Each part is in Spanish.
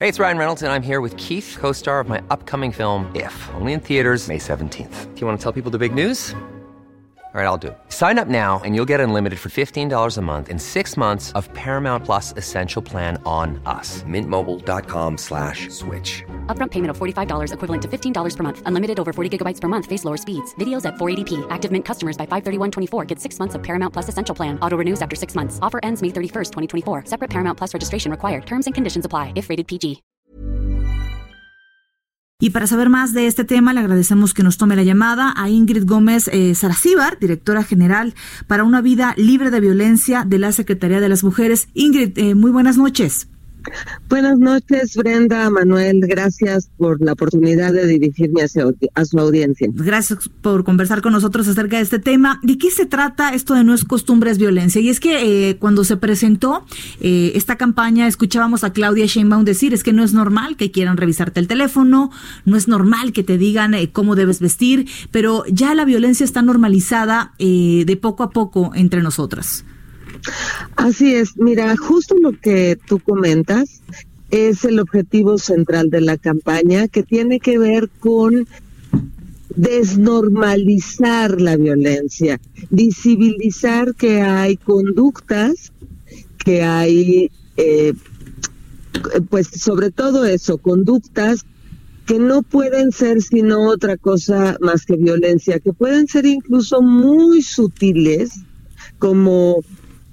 Hey, it's Ryan Reynolds, and I'm here with Keith, co-star of my upcoming film, If, only in theaters May 17th. Do you want to tell people the big news? All right, I'll do it. Sign up now and you'll get unlimited for $15 a month and 6 months of Paramount Plus Essential Plan on us. MintMobile.com/switch. Upfront payment of $45 equivalent to $15 per month. Unlimited over 40 gigabytes per month. Face lower speeds. Videos at 480p. Active Mint customers by 531.24 get 6 months of Paramount Plus Essential Plan. Auto renews after 6 months. Offer ends May 31st, 2024. Separate Paramount Plus registration required. Terms and conditions apply if rated PG. Y para saber más de este tema, le agradecemos que nos tome la llamada a Ingrid Gómez Saracíbar, directora general para una vida libre de violencia de la Secretaría de las Mujeres. Ingrid, muy buenas noches. Buenas noches, Brenda, Manuel, gracias por la oportunidad de dirigirme a su audiencia. Gracias por conversar con nosotros acerca de este tema. ¿De qué se trata esto de No es costumbre, es violencia? Y es que cuando se presentó esta campaña, escuchábamos a Claudia Sheinbaum decir, es que no es normal que quieran revisarte el teléfono, no es normal que te digan cómo debes vestir, pero ya la violencia está normalizada de poco a poco entre nosotras. Así es, mira, justo lo que tú comentas es el objetivo central de la campaña, que tiene que ver con desnormalizar la violencia, visibilizar que hay conductas, que hay, pues sobre todo eso, conductas que no pueden ser sino otra cosa más que violencia, que pueden ser incluso muy sutiles, como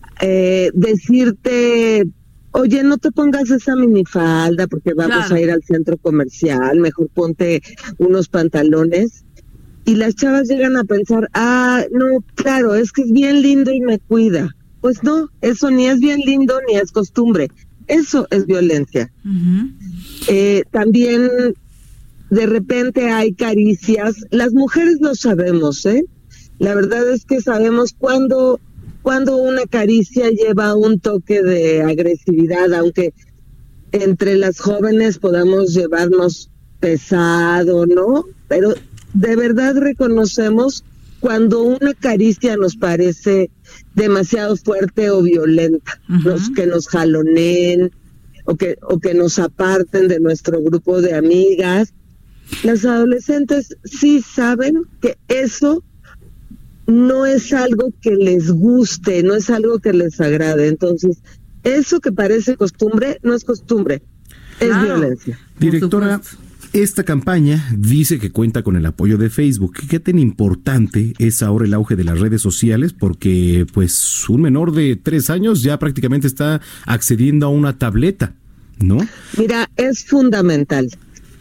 decirte, oye, no te pongas esa minifalda porque vamos a ir al centro comercial, mejor ponte unos pantalones. Y las chavas llegan a pensar, no, claro, es que es bien lindo y me cuida. Pues no, eso ni es bien lindo ni es costumbre, eso es violencia. Uh-huh. También de repente hay caricias, las mujeres lo sabemos, la verdad es que sabemos cuando una caricia lleva un toque de agresividad, aunque entre las jóvenes podamos llevarnos pesado, ¿no? Pero de verdad reconocemos cuando una caricia nos parece demasiado fuerte o violenta, uh-huh. Que nos jaloneen o que nos aparten de nuestro grupo de amigas. Las adolescentes sí saben que eso no es algo que les guste, no es algo que les agrade. Entonces, eso que parece costumbre, no es costumbre, es violencia. Directora, esta campaña dice que cuenta con el apoyo de Facebook. ¿Qué tan importante es ahora el auge de las redes sociales? Porque, pues, un menor de 3 años ya prácticamente está accediendo a una tableta, ¿no? Mira, es fundamental.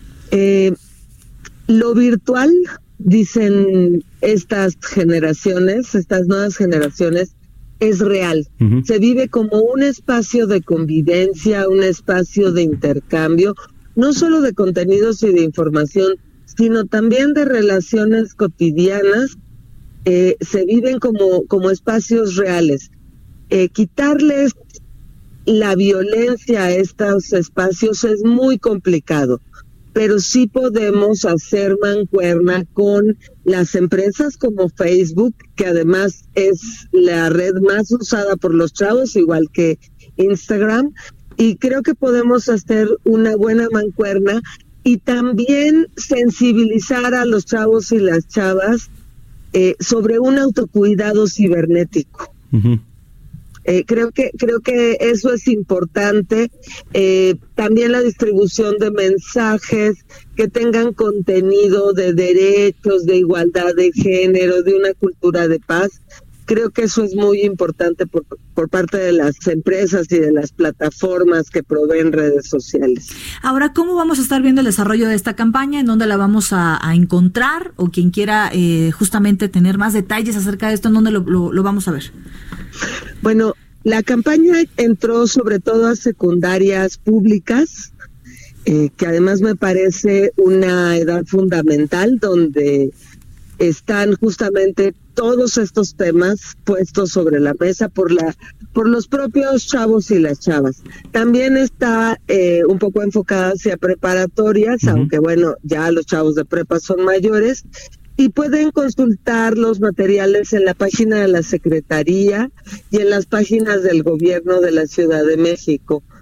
Lo virtual, dicen estas nuevas generaciones, es real. Uh-huh. Se vive como un espacio de convivencia, un espacio de intercambio, no solo de contenidos y de información, sino también de relaciones cotidianas. Se viven como espacios reales. Quitarles la violencia a estos espacios es muy complicado, pero sí podemos hacer mancuerna con las empresas como Facebook, que además es la red más usada por los chavos, igual que Instagram, y creo que podemos hacer una buena mancuerna y también sensibilizar a los chavos y las chavas sobre un autocuidado cibernético. Uh-huh. Creo que eso es importante. También la distribución de mensajes que tengan contenido de derechos, de igualdad de género, de una cultura de paz. Creo que eso es muy importante por parte de las empresas y de las plataformas que proveen redes sociales. Ahora, ¿cómo vamos a estar viendo el desarrollo de esta campaña? ¿En dónde la vamos a encontrar? O quien quiera justamente tener más detalles acerca de esto, ¿en dónde lo vamos a ver? Bueno, la campaña entró sobre todo a secundarias públicas, que además me parece una edad fundamental donde están justamente todos estos temas puestos sobre la mesa por los propios chavos y las chavas. También está un poco enfocada hacia preparatorias, uh-huh. Aunque bueno, ya los chavos de prepa son mayores, y pueden consultar los materiales en la página de la Secretaría y en las páginas del Gobierno de la Ciudad de México.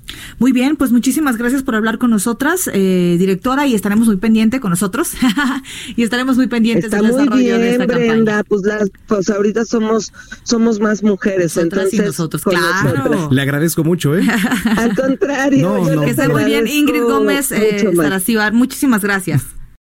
Muy bien, pues muchísimas gracias por hablar con nosotras, directora, y estaremos muy pendientes con nosotros y estaremos muy pendientes del desarrollo de esta Brenda, campaña. Pues ahorita somos más mujeres, nosotras entonces y nosotros, claro. Le agradezco mucho, Al contrario. Que esté muy bien, Ingrid Gómez Saracíbar, muchísimas gracias.